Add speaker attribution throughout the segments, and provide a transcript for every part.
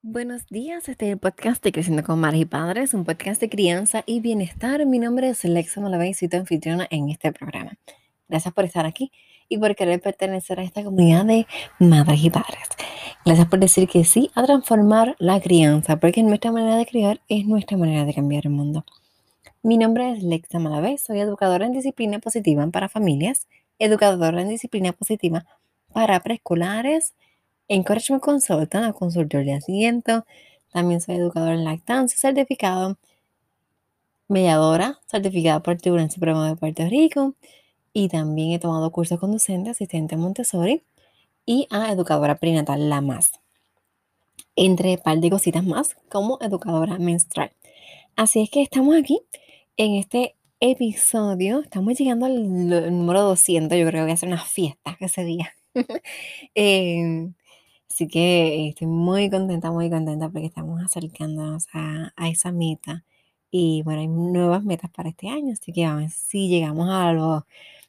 Speaker 1: Buenos días, este es el podcast de Creciendo con Madres y Padres, un podcast de crianza y bienestar. Mi nombre es Lexa Malavey y soy tu anfitriona en este programa. Gracias por estar aquí y por querer pertenecer a esta comunidad de madres y padres. Gracias por decir que sí a transformar la crianza, porque nuestra manera de criar es nuestra manera de cambiar el mundo. Mi nombre es Lexa Malavey, soy educadora en disciplina positiva para familias, educadora en disciplina positiva para preescolares, Encouragement Consultant o consultor de nacimiento. También soy educadora en lactancia, certificado, mediadora, certificada por el Tribunal Supremo de Puerto Rico. Y también he tomado cursos con docente, asistente Montessori y a educadora perinatal La Más. Entre par de cositas más como educadora menstrual. Así es que estamos aquí en este episodio. Estamos llegando al número 200. Yo creo que voy a hacer una fiesta ese día. Eh, Así que estoy muy contenta porque estamos acercándonos a esa meta. Y bueno, hay nuevas metas para este año, así que vamos a ver si llegamos a los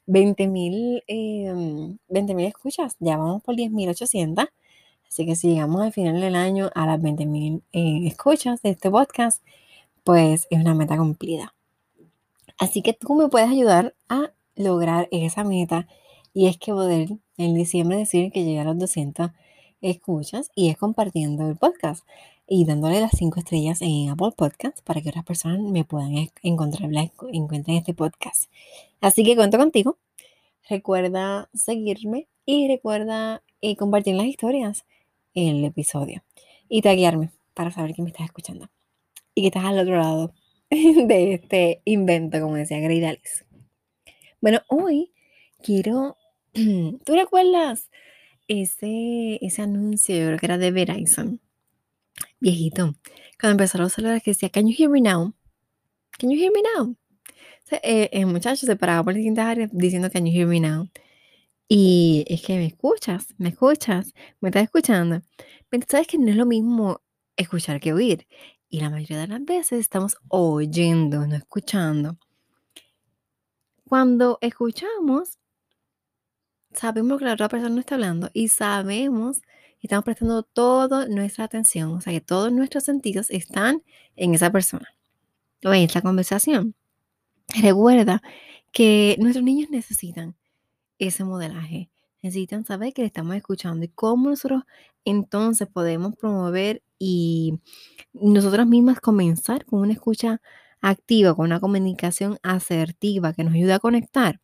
Speaker 1: 20,000 escuchas. Ya vamos por 10,800. Así que si llegamos al final del año a las 20,000 escuchas de este podcast, pues es una meta cumplida. Así que tú me puedes ayudar a lograr esa meta y es que poder en diciembre decir que llegué a los 200 escuchas y es compartiendo el podcast y dándole las 5 estrellas en Apple Podcast para que otras personas me puedan encuentren este podcast. Así que cuento contigo. Recuerda seguirme y recuerda compartir las historias en el episodio y taguearme para saber que me estás escuchando y que estás al otro lado de este invento, como decía Grey Alice. Bueno, hoy quiero... ¿Tú recuerdas ese anuncio? Yo creo que era de Verizon, viejito, cuando empezaron a saludar que decía, "Can you hear me now? Can you hear me now?" O sea, el muchacho se paraba por distintas áreas diciendo, "Can you hear me now?" Y es que me escuchas, me estás escuchando. Pero sabes que no es lo mismo escuchar que oír. Y la mayoría de las veces estamos oyendo, no escuchando. Cuando escuchamos, sabemos que la otra persona no está hablando y sabemos que estamos prestando toda nuestra atención, o sea que todos nuestros sentidos están en esa persona o en esa conversación. Recuerda que nuestros niños necesitan ese modelaje, necesitan saber que le estamos escuchando y cómo nosotros entonces podemos promover y nosotras mismas comenzar con una escucha activa, con una comunicación asertiva que nos ayuda a conectar,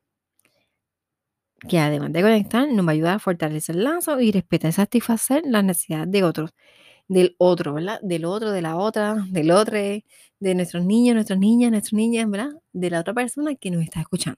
Speaker 1: que además de conectar, nos va a ayudar a fortalecer el lazo y respetar y satisfacer las necesidades de otros, del otro, ¿verdad? Del otro, de la otra, del otro, de nuestros niños, nuestras niñas, ¿verdad? De la otra persona que nos está escuchando.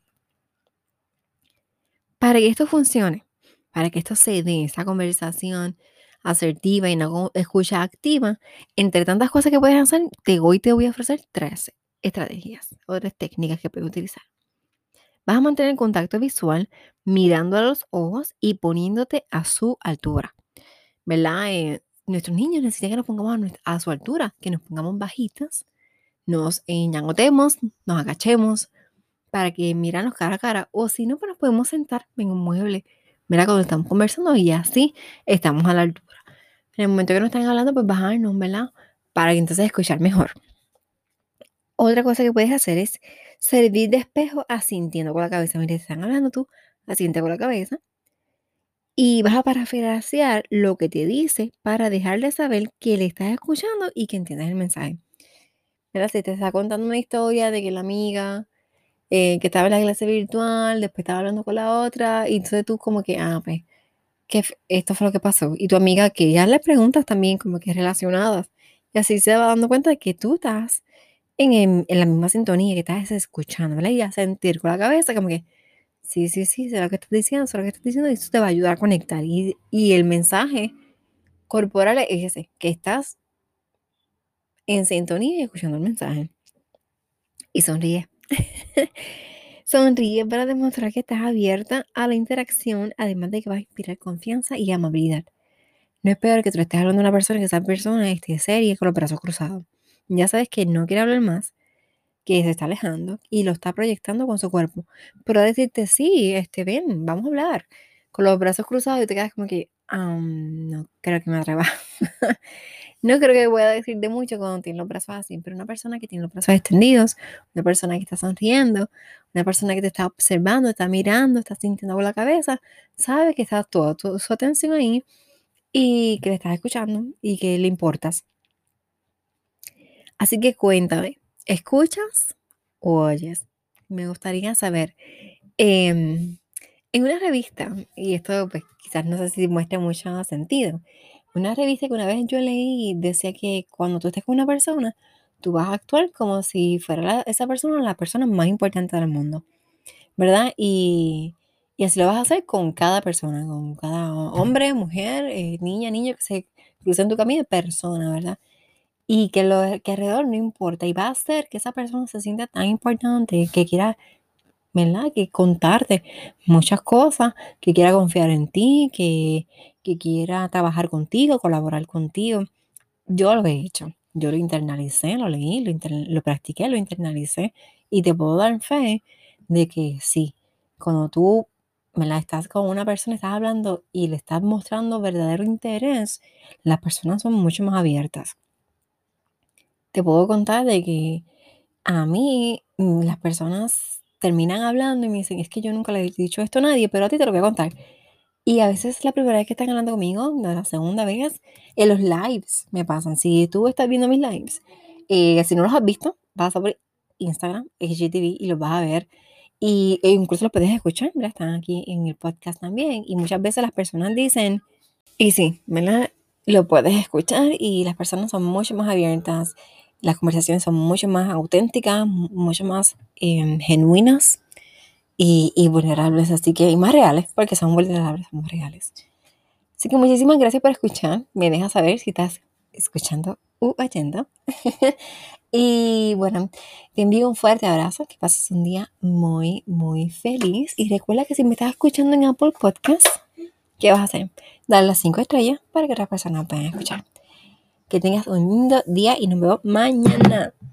Speaker 1: Para que esto funcione, para que esto se dé, esa conversación asertiva y una escucha activa, entre tantas cosas que puedes hacer, hoy te voy a ofrecer 3 estrategias o 3 técnicas que puedes utilizar. Vas a mantener el contacto visual mirando a los ojos y poniéndote a su altura, ¿verdad? Nuestros niños necesitan que nos pongamos a su altura, que nos pongamos bajitas, nos ñangotemos, nos agachemos para que miranos cara a cara. O si no, pues nos podemos sentar en un mueble, mira, cuando estamos conversando y así estamos a la altura. En el momento que nos están hablando, pues bajarnos, ¿verdad? Para que entonces escuchar mejor. Otra cosa que puedes hacer es servir de espejo asintiendo con la cabeza. Mira, te están hablando tú, asiente con la cabeza. Y vas a parafrasear lo que te dice para dejarle saber que le estás escuchando y que entiendes el mensaje. Mira, si te está contando una historia de que la amiga que estaba en la clase virtual, después estaba hablando con la otra, y entonces tú como que, pues, esto fue lo que pasó. Y tu amiga que ya le preguntas también como que relacionadas. Y así se va dando cuenta de que tú estás en la misma sintonía, que estás escuchando, ¿verdad? Y a sentir con la cabeza como que, sí, sí, sí, sé lo que estás diciendo, sé lo que estás diciendo, y eso te va a ayudar a conectar. Y el mensaje corporal es ese, que estás en sintonía y escuchando el mensaje. Y sonríe. Sonríe para demostrar que estás abierta a la interacción, además de que vas a inspirar confianza y amabilidad. No es peor que tú le estés hablando a una persona y que esa persona esté seria con los brazos cruzados. Ya sabes que no quiere hablar más, que se está alejando y lo está proyectando con su cuerpo. Pero a decirte, sí, ven, vamos a hablar. Con los brazos cruzados y te quedas como que, no creo que me atreva. No creo que pueda decirte mucho cuando tiene los brazos así, pero una persona que tiene los brazos extendidos, una persona que está sonriendo, una persona que te está observando, está mirando, está sintiendo con la cabeza, sabe que está toda su atención ahí y que le estás escuchando y que le importas. Así que cuéntame, ¿escuchas o oyes? Me gustaría saber. En una revista, y esto pues quizás no sé si muestra mucho sentido, una revista que una vez yo leí decía que cuando tú estés con una persona, tú vas a actuar como si fuera esa persona la persona más importante del mundo, ¿verdad? Y así lo vas a hacer con cada persona, con cada hombre, mujer, niña, niño que se cruce en tu camino, persona, ¿verdad? Y que lo que alrededor no importa, y va a hacer que esa persona se sienta tan importante que quiera, ¿verdad? Que contarte muchas cosas, que quiera confiar en ti, que quiera trabajar contigo, colaborar contigo. Yo lo he hecho, yo lo internalicé, lo leí, lo practiqué, lo internalicé y te puedo dar fe de que sí, cuando tú, ¿verdad? Estás con una persona, estás hablando y le estás mostrando verdadero interés, las personas son mucho más abiertas. Te puedo contar de que a mí, las personas terminan hablando y me dicen: "Es que yo nunca le he dicho esto a nadie, pero a ti te lo voy a contar". Y a veces es la primera vez que están hablando conmigo, no la segunda vez, en los lives me pasan. Si tú estás viendo mis lives, si no los has visto, vas a por Instagram, IGTV, y los vas a ver. E incluso los puedes escuchar, mira, están aquí en el podcast también. Y muchas veces las personas dicen, y sí, ¿verdad? Lo puedes escuchar y las personas son mucho más abiertas, las conversaciones son mucho más auténticas, mucho más genuinas y vulnerables, así que, y más reales, porque son vulnerables, son reales. Así que muchísimas gracias por escuchar. Me dejas saber si estás escuchando u oyendo. Y bueno, te envío un fuerte abrazo, que pases un día muy, muy feliz. Y recuerda que si me estás escuchando en Apple Podcast, ¿qué vas a hacer? Darle las 5 estrellas para que otras personas puedan escuchar. Que tengas un lindo día y nos vemos mañana.